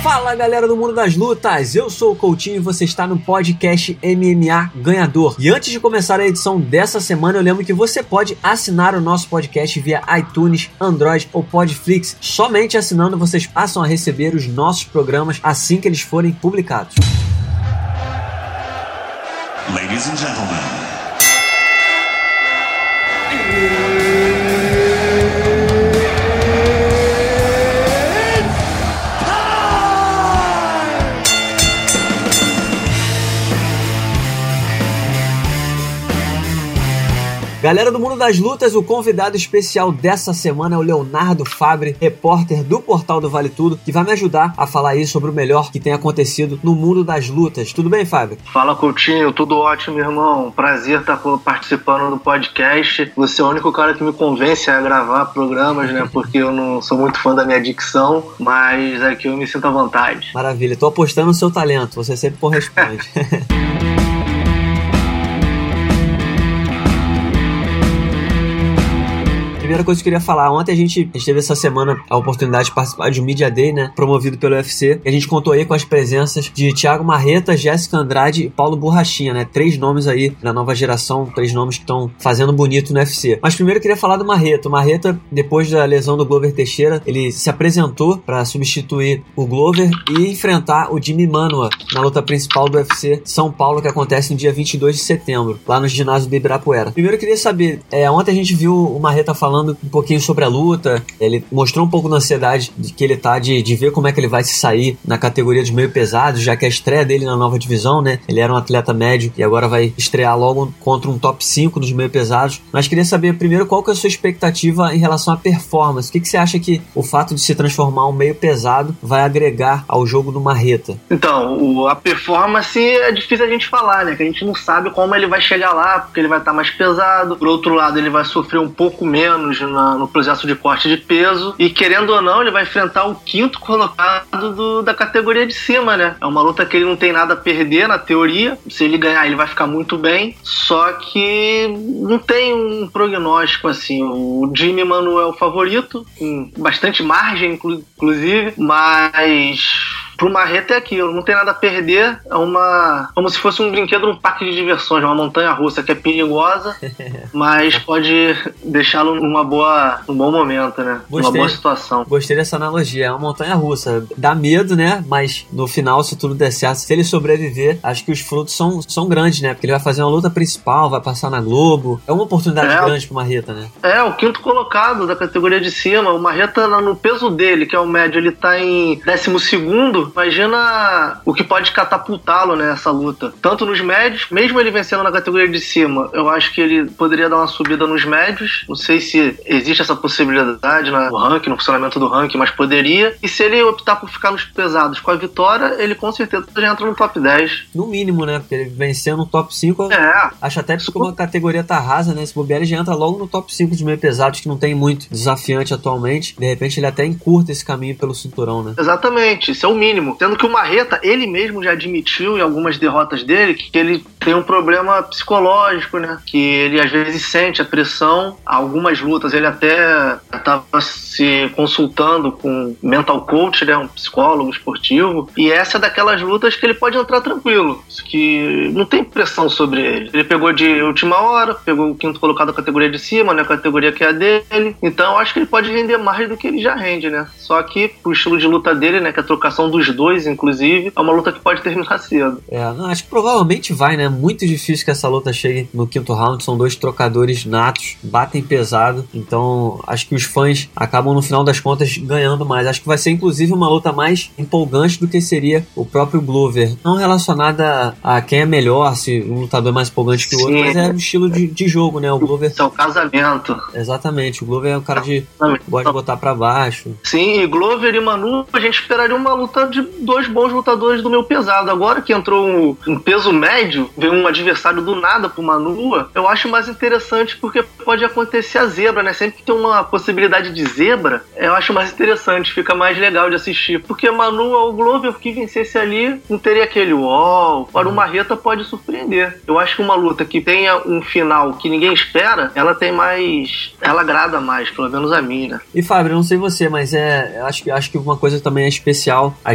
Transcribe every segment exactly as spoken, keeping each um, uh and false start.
Fala galera do mundo das lutas, eu sou o Coutinho e você está no podcast M M A Ganhador. E antes de começar a edição dessa semana, eu lembro que você pode assinar o nosso podcast via iTunes, Android ou Podflix. Somente assinando vocês passam a receber os nossos programas assim que eles forem publicados. Ladies and gentlemen. Galera do mundo das lutas, o convidado especial dessa semana é o Leonardo Fabre, repórter do Portal do Vale Tudo, que vai me ajudar a falar aí sobre o melhor que tem acontecido no mundo das lutas. Tudo bem, Fabre? Fala, Coutinho, tudo ótimo, irmão. Prazer estar participando do podcast. Você é o único cara que me convence a gravar programas, né? Porque eu não sou muito fã da minha dicção, mas aqui eu me sinto à vontade. Maravilha, tô apostando no seu talento, você sempre corresponde. Primeira coisa que eu queria falar, ontem a gente, a gente teve essa semana a oportunidade de participar de um Media Day, né, promovido pelo U F C, e a gente contou aí com as presenças de Thiago Marreta, Jéssica Andrade e Paulo Borrachinha, né, três nomes aí da nova geração, três nomes que estão fazendo bonito no U F C. Mas primeiro eu queria falar do Marreta. O Marreta, depois da lesão do Glover Teixeira, ele se apresentou para substituir o Glover e enfrentar o Jimmy Manuwa na luta principal do U F C São Paulo, que acontece no dia vinte e dois de setembro, lá no ginásio do Ibirapuera. Primeiro eu queria saber, é, ontem a gente viu o Marreta falando um pouquinho sobre a luta, ele mostrou um pouco da ansiedade de que ele tá de, de ver como é que ele vai se sair na categoria dos meio pesados, já que a estreia dele na nova divisão, né, ele era um atleta médio e agora vai estrear logo contra um top cinco dos meio pesados, mas queria saber primeiro qual que é a sua expectativa em relação à performance. O que, que você acha que o fato de se transformar um meio pesado vai agregar ao jogo do Marreta? Então, o, a performance é difícil a gente falar, né, que a gente não sabe como ele vai chegar lá, porque ele vai estar mais pesado, por outro lado ele vai sofrer um pouco menos Na, no processo de corte de peso, e querendo ou não ele vai enfrentar o quinto colocado do, da categoria de cima, né? É uma luta que ele não tem nada a perder na teoria, se ele ganhar ele vai ficar muito bem, só que não tem um prognóstico assim. O Jimmy Manuwa é o favorito, com bastante margem inclusive, mas pro Marreta é aquilo, não tem nada a perder, é uma, como se fosse um brinquedo num parque de diversões, uma montanha-russa que é perigosa, mas pode deixá-lo numa boa, num bom momento, né? Gostei, numa boa situação. Gostei dessa analogia, é uma montanha-russa, dá medo, né? Mas no final, se tudo der certo, se ele sobreviver, acho que os frutos são, são grandes, né? Porque ele vai fazer uma luta principal, vai passar na Globo, é uma oportunidade é, grande pro Marreta, né? É, o quinto colocado da categoria de cima, o Marreta no peso dele, que é o médio, ele tá em décimo segundo. Imagina o que pode catapultá-lo nessa luta. Tanto nos médios, mesmo ele vencendo na categoria de cima, eu acho que ele poderia dar uma subida nos médios. Não sei se existe essa possibilidade no ranking, no funcionamento do ranking, mas poderia. E se ele optar por ficar nos pesados com a vitória, ele com certeza já entra no top dez. No mínimo, né? Porque ele venceu no top cinco. É. Acho até que como a categoria tá rasa, né? Se bobear, ele já entra logo no top cinco dos meio pesados, que não tem muito desafiante atualmente. De repente, ele até encurta esse caminho pelo cinturão, né? Exatamente. Isso é o mínimo. Sendo que o Marreta, ele mesmo já admitiu em algumas derrotas dele que ele tem um problema psicológico, né? Que ele às vezes sente a pressão. Algumas lutas ele até estava se consultando com um mental coach, né? Um psicólogo esportivo. E essa é daquelas lutas que ele pode entrar tranquilo, que não tem pressão sobre ele. Ele pegou de última hora, pegou o quinto colocado da categoria de cima, né? A categoria que é a dele. Então eu acho que ele pode render mais do que ele já rende, né? Só que pro estilo de luta dele, né? Que é a trocação dos dois, inclusive, é uma luta que pode terminar cedo. É, não, acho que provavelmente vai, né? Muito difícil que essa luta chegue no quinto round. São dois trocadores natos, batem pesado. Então, acho que os fãs acabam, no final das contas, ganhando mais. Acho que vai ser, inclusive, uma luta mais empolgante do que seria o próprio Glover. Não relacionada a quem é melhor, se um lutador é mais empolgante que o outro, Sim. mas é o estilo de, de jogo, né? O Glover... É o casamento. Exatamente. O Glover é um cara de... gosta de botar pra baixo. Sim, e Glover e Manu, a gente esperaria uma luta de dois bons lutadores do meio pesado. Agora que entrou um, um peso médio, veio um adversário do nada pro Manuwa, eu acho mais interessante porque pode acontecer a zebra, né? Sempre que tem uma possibilidade de zebra, eu acho mais interessante, fica mais legal de assistir. Porque Manuwa ou Glover, que vencesse ali, não teria aquele uau. Para o Marreta pode surpreender. Eu acho que uma luta que tenha um final que ninguém espera, ela tem mais... ela agrada mais, pelo menos a mim, né? E Fábio, eu não sei você, mas é... eu acho, acho que uma coisa também é especial. A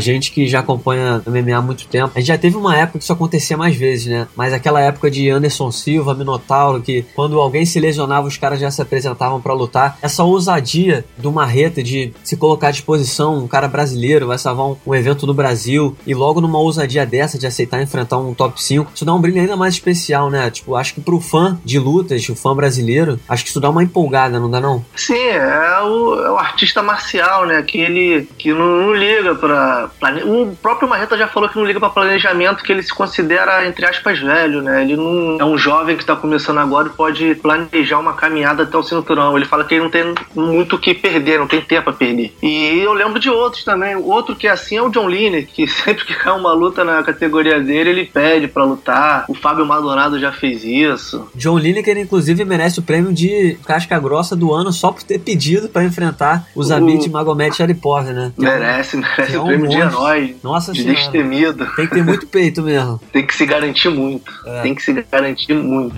gente que já acompanha o M M A há muito tempo, a gente já teve uma época que isso acontecia mais vezes, né? Mas aquela época de Anderson Silva, Minotauro, que quando alguém se lesionava, os caras já se apresentavam pra lutar. Essa ousadia do Marreta de se colocar à disposição, um cara brasileiro vai salvar um, um evento no Brasil, e logo numa ousadia dessa de aceitar enfrentar um top cinco, isso dá um brilho ainda mais especial, né? Tipo, acho que pro fã de lutas, o fã brasileiro, acho que isso dá uma empolgada, não dá não? Sim, é o, é o artista marcial, né? Que ele que não, não liga pra... Plane... O próprio Marreta já falou que não liga pra planejamento, que ele se considera, entre aspas, velho, né? Ele não é um jovem que tá começando agora e pode planejar uma caminhada até o cinturão. Ele fala que ele não tem muito o que perder, não tem tempo a perder. E eu lembro de outros também. Outro que é assim é o John Lineker, que sempre que cai uma luta na categoria dele, ele pede pra lutar. O Fábio Maldonado já fez isso. John Lineker, inclusive, merece o prêmio de casca grossa do ano só por ter pedido pra enfrentar o Zabit Magomed Sharipov, né? Que merece, é um, merece é o um prêmio monte. de herói. Nossa de senhora. destemido. Tem que ter muito peito mesmo. Tem que se garantir muito. É. Tem que se garantir muito.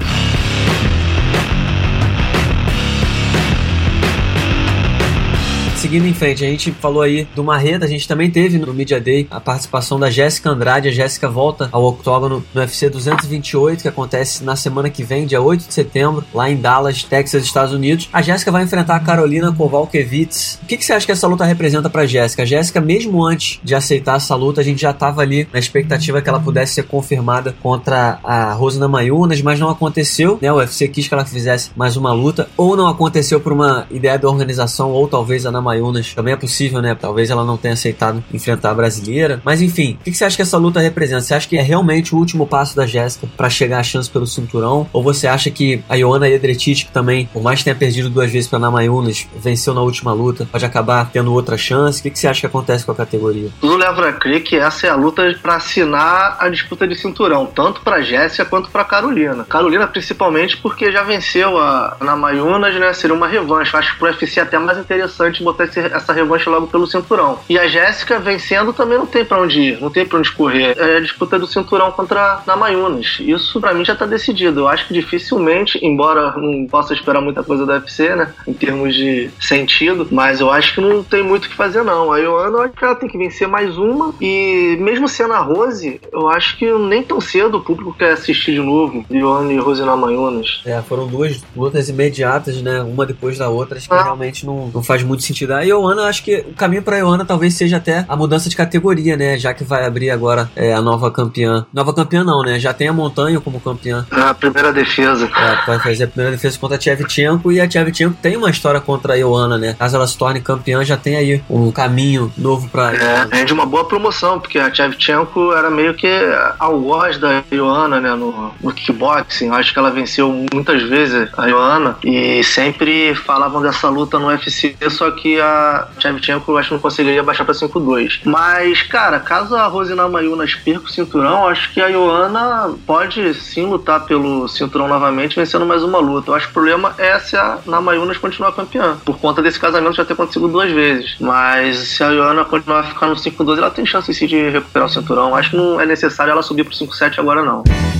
Seguindo em frente, a gente falou aí do Marreta, a gente também teve no Media Day a participação da Jéssica Andrade. A Jéssica volta ao octógono no U F C duzentos e vinte e oito, que acontece na semana que vem, dia oito de setembro, lá em Dallas, Texas, Estados Unidos. A Jéssica vai enfrentar a Karolina Kowalkiewicz. O que, que você acha que essa luta representa pra Jéssica? A Jéssica, mesmo antes de aceitar essa luta, a gente já tava ali na expectativa que ela pudesse ser confirmada contra a Rose Namajunas, mas não aconteceu, né? O U F C quis que ela fizesse mais uma luta, ou não aconteceu por uma ideia da organização, ou talvez a Namajunas também é possível, né? Talvez ela não tenha aceitado enfrentar a brasileira. Mas enfim, o que você acha que essa luta representa? Você acha que é realmente o último passo da Jéssica pra chegar à chance pelo cinturão? Ou você acha que a Joanna Jedrzejczyk, que também, por mais que tenha perdido duas vezes pra Namajunas, venceu na última luta, pode acabar tendo outra chance? O que você acha que acontece com a categoria? Tudo leva a crer que essa é a luta pra assinar a disputa de cinturão, tanto pra Jéssica quanto pra Karolina. Karolina principalmente porque já venceu a Namajunas, né? Seria uma revanche. Acho que pro U F C é até mais interessante botar essa revanche logo pelo cinturão. E a Jéssica vencendo também não tem pra onde ir, não tem pra onde correr. É a disputa do cinturão contra a Namajunas. Isso pra mim já tá decidido. Eu acho que dificilmente, embora não possa esperar muita coisa da U F C, né, em termos de sentido, mas eu acho que não tem muito o que fazer não. A Joanna, eu acho que ela tem que vencer mais uma, e mesmo sendo a Rose, eu acho que nem tão cedo o público quer assistir de novo Joanna e Rose Namajunas. É, foram duas lutas imediatas, né, uma depois da outra, acho que ah. realmente não, não faz muito sentido. A Joanna, acho que o caminho pra Joanna talvez seja até a mudança de categoria, né? Já que vai abrir agora é, a nova campeã. Nova campeã não, né? Já tem a Montanha como campeã. A primeira defesa. É, vai fazer a primeira defesa contra a Shevchenko, e a Shevchenko tem uma história contra a Joanna, né? Caso ela se torne campeã, já tem aí um caminho novo pra ela. É, é de uma boa promoção, porque a Shevchenko era meio que algoz da Joanna, né? No, no kickboxing. Acho que ela venceu muitas vezes a Joanna, e sempre falavam dessa luta no U F C, só que a Shevchenko eu acho que não conseguiria baixar pra cinco dois. Mas, cara, caso a Rose Namajunas perca o cinturão, acho que a Joanna pode sim lutar pelo cinturão novamente, vencendo mais uma luta. Eu acho que o problema é se a Namajunas continuar campeã, por conta desse casamento já ter acontecido duas vezes. Mas se a Joanna continuar a ficar no cinco dois, ela tem chance sim de recuperar o cinturão. Acho que não é necessário ela subir pro cinco sete agora, não.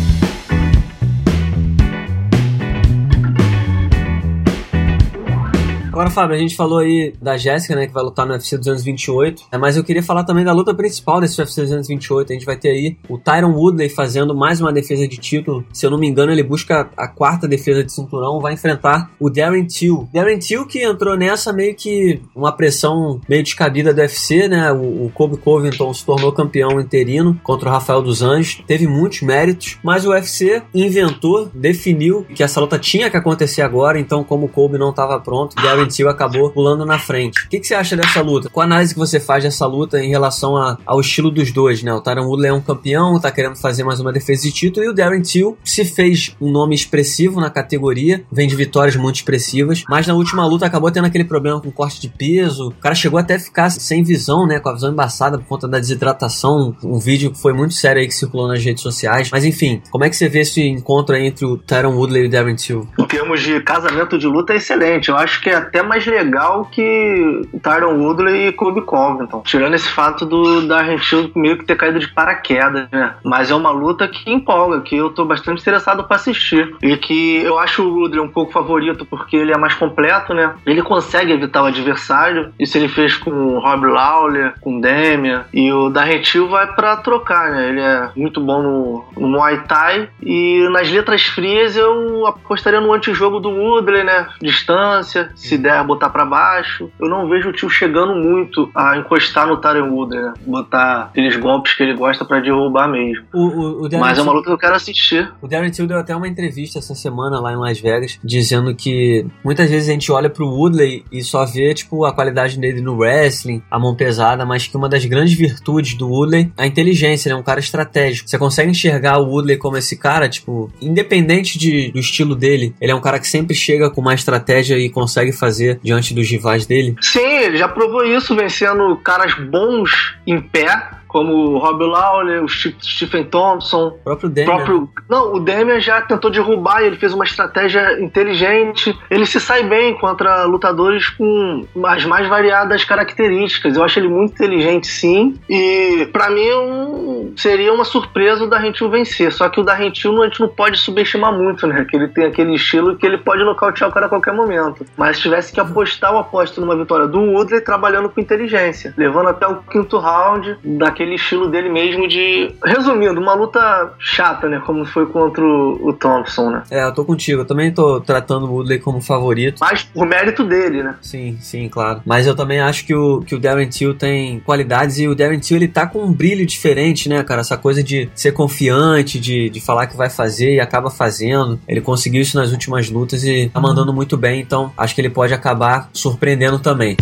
Agora, Fábio, a gente falou aí da Jéssica, né, que vai lutar no U F C duzentos e vinte e oito, é, mas eu queria falar também da luta principal desse U F C duzentos e vinte e oito. A gente vai ter aí o Tyron Woodley fazendo mais uma defesa de título. Se eu não me engano, ele busca a quarta defesa de cinturão, vai enfrentar o Darren Till. Darren Till que entrou nessa meio que uma pressão meio descabida do U F C, né? O, o Colby Covington se tornou campeão interino contra o Rafael dos Anjos, teve muitos méritos, mas o U F C inventou, definiu que essa luta tinha que acontecer agora, então como o Colby não estava pronto, Darren Till acabou pulando na frente. O que, que você acha dessa luta? Qual a análise que você faz dessa luta em relação a, ao estilo dos dois, né? O Tyron Woodley é um campeão, tá querendo fazer mais uma defesa de título, e o Darren Till se fez um nome expressivo na categoria, vem de vitórias muito expressivas, mas na última luta acabou tendo aquele problema com corte de peso, o cara chegou até a ficar sem visão, né? Com a visão embaçada por conta da desidratação, um vídeo que foi muito sério aí que circulou nas redes sociais, mas enfim, como é que você vê esse encontro entre o Tyron Woodley e o Darren Till? Em termos de casamento de luta é excelente, eu acho que até até mais legal que Tyron Woodley e Colby Covington. Tirando esse fato do Darren Till meio que ter caído de paraquedas, né? Mas é uma luta que empolga, que eu tô bastante interessado pra assistir. E que eu acho o Woodley um pouco favorito porque ele é mais completo, né? Ele consegue evitar o adversário. Isso ele fez com o Rob Lawler, com o Demian. E o Darren Till vai pra trocar, né? Ele é muito bom no, no Muay Thai. E nas letras frias eu apostaria no antijogo do Woodley, né? Distância, se der, botar pra baixo. Eu não vejo o Till chegando muito a encostar no Tyron Woodley, né? Botar aqueles golpes que ele gosta pra derrubar mesmo. O, o, o Mas é uma luta que eu quero assistir. O Darren Till deu até uma entrevista essa semana lá em Las Vegas, dizendo que muitas vezes a gente olha pro Woodley e só vê, tipo, a qualidade dele no wrestling, a mão pesada, mas que uma das grandes virtudes do Woodley é a inteligência, ele é um cara estratégico. Você consegue enxergar o Woodley como esse cara, tipo, independente de, do estilo dele, ele é um cara que sempre chega com uma estratégia e consegue fazer diante dos rivais dele? Sim, ele já provou isso, vencendo caras bons em pé, como o Rob Lawler, o Stephen Thompson. O próprio Demian. Próprio... Não, o Demian já tentou derrubar e ele fez uma estratégia inteligente. Ele se sai bem contra lutadores com as mais variadas características. Eu acho ele muito inteligente, sim. E pra mim um... seria uma surpresa o Darren Till vencer. Só que o Darren Till a gente não pode subestimar muito, né? Que ele tem aquele estilo que ele pode nocautear o cara a qualquer momento. Mas se tivesse que apostar, eu aposto numa vitória do Woodley trabalhando com inteligência. Levando até o quinto round daquele estilo dele mesmo de... Resumindo, uma luta chata, né? Como foi contra o, o Thompson, né? É, eu tô contigo. Eu também tô tratando o Woodley como favorito. Mas por mérito dele, né? Sim, sim, claro. Mas eu também acho que o, que o Darren Till tem qualidades e o Darren Till, ele tá com um brilho diferente, né, cara? Essa coisa de ser confiante, de, de falar que vai fazer e acaba fazendo. Ele conseguiu isso nas últimas lutas e tá mandando muito bem, então acho que ele pode acabar surpreendendo também.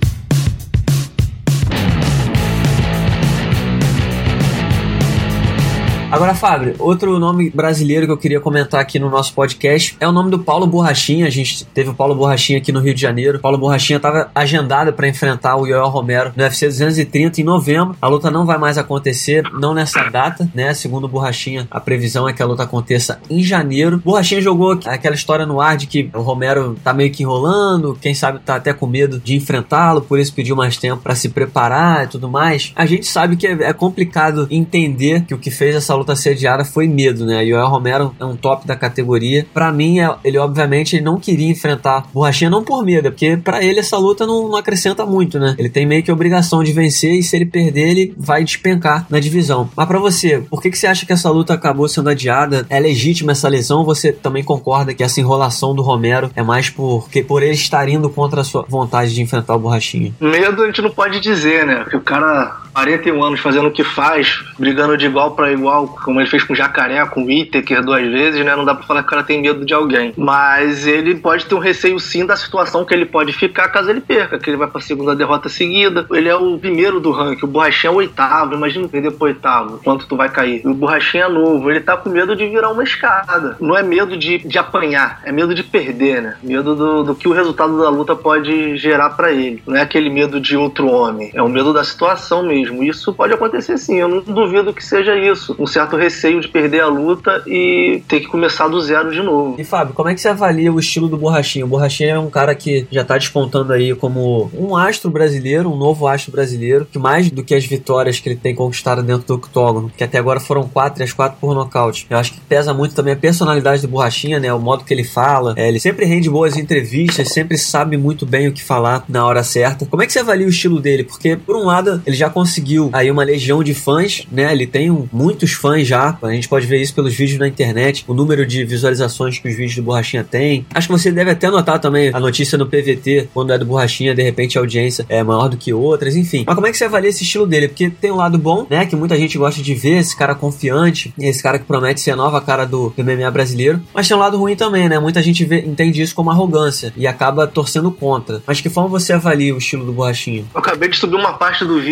Agora, Fábio, outro nome brasileiro que eu queria comentar aqui no nosso podcast é o nome do Paulo Borrachinha. A gente teve o Paulo Borrachinha aqui no Rio de Janeiro. O Paulo Borrachinha estava agendado para enfrentar o Yoel Romero no U F C duzentos e trinta em novembro. A luta não vai mais acontecer, não nessa data, né? Segundo o Borrachinha, a previsão é que a luta aconteça em janeiro. Borrachinha jogou aquela história no ar de que o Romero tá meio que enrolando, quem sabe tá até com medo de enfrentá-lo, por isso pediu mais tempo para se preparar e tudo mais. A gente sabe que é complicado entender que o que fez essa luta assediada foi medo, né? E o Yoel Romero é um top da categoria. Pra mim, ele obviamente ele não queria enfrentar Borrachinha, não por medo, é porque pra ele essa luta não, não acrescenta muito, né? Ele tem meio que a obrigação de vencer e se ele perder, ele vai despencar na divisão. Mas pra você, por que, que você acha que essa luta acabou sendo adiada? É legítima essa lesão? Ou você também concorda que essa enrolação do Romero é mais por, que por ele estar indo contra a sua vontade de enfrentar o Borrachinha? Medo a gente não pode dizer, né? Porque o cara, quarenta e um anos fazendo o que faz, brigando de igual pra igual, como ele fez com o Jacaré, com o Whittaker duas vezes, né? Não dá pra falar que o cara tem medo de alguém. Mas ele pode ter um receio sim da situação que ele pode ficar caso ele perca, que ele vai pra segunda derrota seguida. Ele é o primeiro do ranking, o Borrachinha é o oitavo. Imagina perder pro oitavo, quanto tu vai cair. E o Borrachinha é novo, ele tá com medo de virar uma escada. Não é medo de, de apanhar, é medo de perder, né? Medo do, do que o resultado da luta pode gerar pra ele. Não é aquele medo de outro homem, é o medo da situação mesmo. Isso pode acontecer sim, eu não duvido que seja isso. Um certo receio de perder a luta e ter que começar do zero de novo. E Fábio, como é que você avalia o estilo do Borrachinha? O Borrachinha é um cara que já tá despontando aí como um astro brasileiro, um novo astro brasileiro, que mais do que as vitórias que ele tem conquistado dentro do octógono, que até agora foram quatro e as quatro por nocaute. Eu acho que pesa muito também a personalidade do Borrachinha, né? O modo que ele fala. É, ele sempre rende boas entrevistas, sempre sabe muito bem o que falar na hora certa. Como é que você avalia o estilo dele? Porque, por um lado, ele já conseguiu aí uma legião de fãs, né? Ele tem um, muitos fãs já. A gente pode ver isso pelos vídeos na internet, o número de visualizações que os vídeos do Borrachinha tem. Acho que você deve até notar também a notícia no P V T, quando é do Borrachinha, de repente a audiência é maior do que outras, enfim. Mas como é que você avalia esse estilo dele? Porque tem um lado bom, né, que muita gente gosta de ver, esse cara confiante, esse cara que promete ser a nova cara do, do M M A brasileiro, mas tem um lado ruim também, né? Muita gente vê, entende isso como arrogância e acaba torcendo contra. Mas que forma você avalia o estilo do Borrachinha? Eu acabei de subir uma parte do vídeo que a gente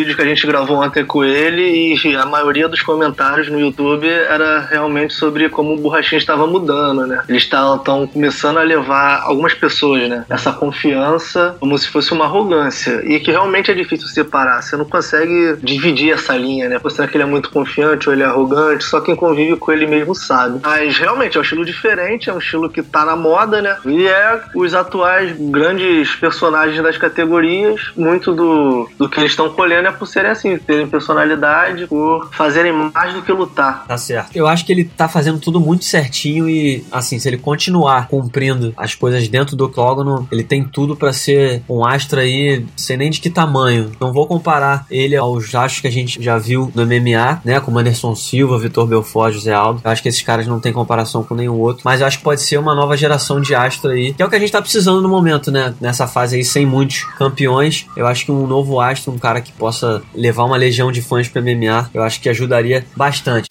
gravou ontem com ele e a maioria dos comentários no YouTube era realmente sobre como o Borrachinha estava mudando, né? Eles estão começando a levar algumas pessoas, né? Essa confiança como se fosse uma arrogância e que realmente é difícil separar. Você não consegue dividir essa linha, né? Será que ele é muito confiante ou ele é arrogante? Só quem convive com ele mesmo sabe. Mas realmente é um estilo diferente, é um estilo que tá na moda, né? E é os atuais grandes personagens das categorias, muito do, do que eles estão colhendo é por serem assim, terem personalidade, por fazerem mais do que lutar. Tá certo. Eu acho que ele tá fazendo tudo muito certinho e, assim, se ele continuar cumprindo as coisas dentro do octógono, ele tem tudo pra ser um astro aí, sem nem de que tamanho. Não vou comparar ele aos astros que a gente já viu no M M A, né, como Anderson Silva, Vitor Belfort, José Aldo. Eu acho que esses caras não tem comparação com nenhum outro, mas eu acho que pode ser uma nova geração de astro aí, que é o que a gente tá precisando no momento, né, nessa fase aí, sem muitos campeões. Eu acho que um novo astro, um cara que possa levar uma legião de fãs pro M M A, eu acho que ajudaria bastante.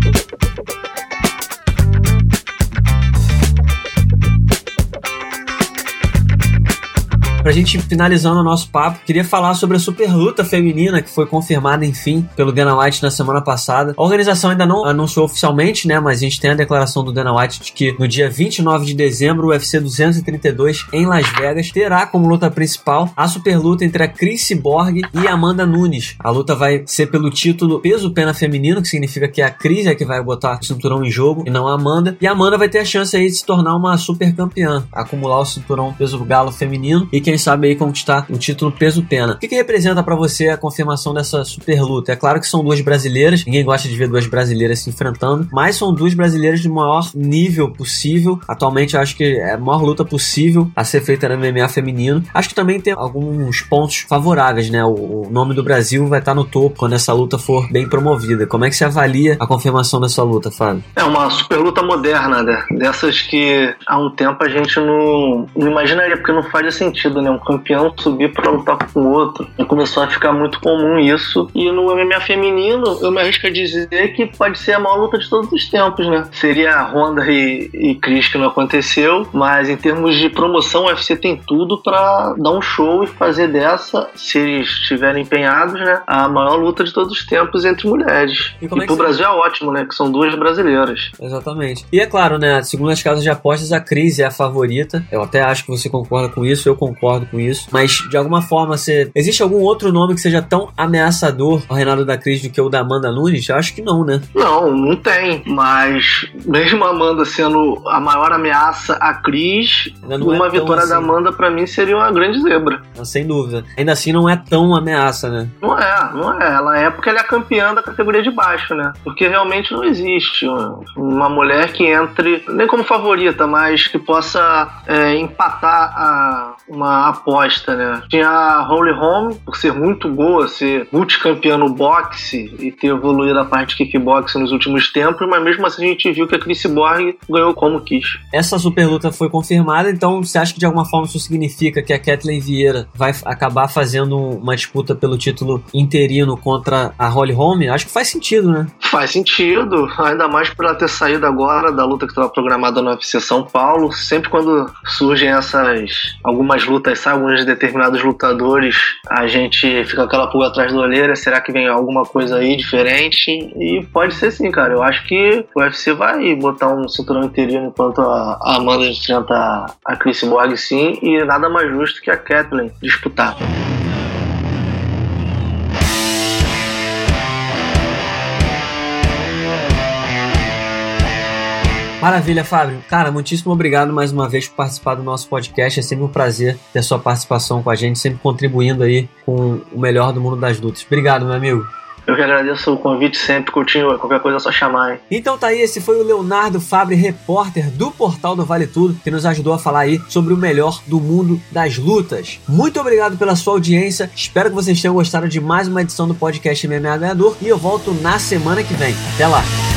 Pra gente finalizando o nosso papo, queria falar sobre a super luta feminina que foi confirmada, enfim, pelo Dana White na semana passada. A organização ainda não anunciou oficialmente, né, mas a gente tem a declaração do Dana White de que no dia vinte e nove de dezembro, o U F C duzentos e trinta e dois em Las Vegas terá como luta principal a super luta entre a Cris Cyborg e a Amanda Nunes. A luta vai ser pelo título peso-pena feminino, que significa que a Cris é que vai botar o cinturão em jogo e não a Amanda. E a Amanda vai ter a chance aí de se tornar uma super campeã, acumular o cinturão peso-galo feminino e quem sabe aí conquistar o título peso-pena. O que, que representa pra você a confirmação dessa super luta? É claro que são duas brasileiras, ninguém gosta de ver duas brasileiras se enfrentando, mas são duas brasileiras de maior nível possível. Atualmente eu acho que é a maior luta possível a ser feita no M M A feminino. Acho que também tem alguns pontos favoráveis, né? O, o nome do Brasil vai estar no topo quando essa luta for bem promovida. Como é que você avalia a confirmação dessa luta, Fábio? É uma super luta moderna, né? Dessas que há um tempo a gente não, não imaginaria, porque não faz sentido, né? Um campeão subir pra lutar com o outro. E começou a ficar muito comum isso. E no M M A feminino, eu me arrisco a dizer que pode ser a maior luta de todos os tempos, né? Seria a Honda e, e Cris que não aconteceu, mas em termos de promoção, o U F C tem tudo pra dar um show e fazer dessa, se eles estiverem empenhados, né? A maior luta de todos os tempos entre mulheres. E, e é pro Brasil é ótimo, né? Que são duas brasileiras. Exatamente. E é claro, né? Segundo as casas de apostas, a Cris é a favorita. Eu até acho que você concorda com isso, eu concordo com isso. Mas, de alguma forma, você... existe algum outro nome que seja tão ameaçador ao reinado da Cris do que o da Amanda Nunes? Eu acho que não, né? Não, não tem. Mas, mesmo a Amanda sendo a maior ameaça à Cris, uma é vitória assim. Da Amanda, pra mim, seria uma grande zebra. Sem dúvida. Ainda assim, não é tão ameaça, né? Não é, não é. Ela é porque ela é campeã da categoria de baixo, né? Porque realmente não existe uma mulher que entre, nem como favorita, mas que possa é, empatar a, uma aposta, né? Tinha a Holly Holm, por ser muito boa, ser multicampeã no boxe e ter evoluído a parte de kickboxing nos últimos tempos, mas mesmo assim a gente viu que a Cris Cyborg ganhou como quis. Essa super luta foi confirmada, então você acha que de alguma forma isso significa que a Kathleen Vieira vai acabar fazendo uma disputa pelo título interino contra a Holly Holm? Acho que faz sentido, né? Faz sentido, ainda mais por ela ter saído agora da luta que estava programada no U F C São Paulo. Sempre quando surgem essas algumas lutas, saem alguns determinados lutadores, a gente fica aquela pulga atrás da orelha, será que vem alguma coisa aí diferente? E pode ser sim, cara. Eu acho que o U F C vai botar um cinturão interino enquanto a Amanda enfrenta a Cris Cyborg, sim, e nada mais justo que a Kathleen disputar. Maravilha, Fábio. Cara, muitíssimo obrigado mais uma vez por participar do nosso podcast. É sempre um prazer ter sua participação com a gente, sempre contribuindo aí com o melhor do mundo das lutas. Obrigado, meu amigo. Eu que agradeço o convite sempre, Coutinho. Qualquer coisa é só chamar, hein? Então tá aí, esse foi o Leonardo Fabbri, repórter do Portal do Vale Tudo, que nos ajudou a falar aí sobre o melhor do mundo das lutas. Muito obrigado pela sua audiência. Espero que vocês tenham gostado de mais uma edição do podcast M M A Ganhador e eu volto na semana que vem. Até lá!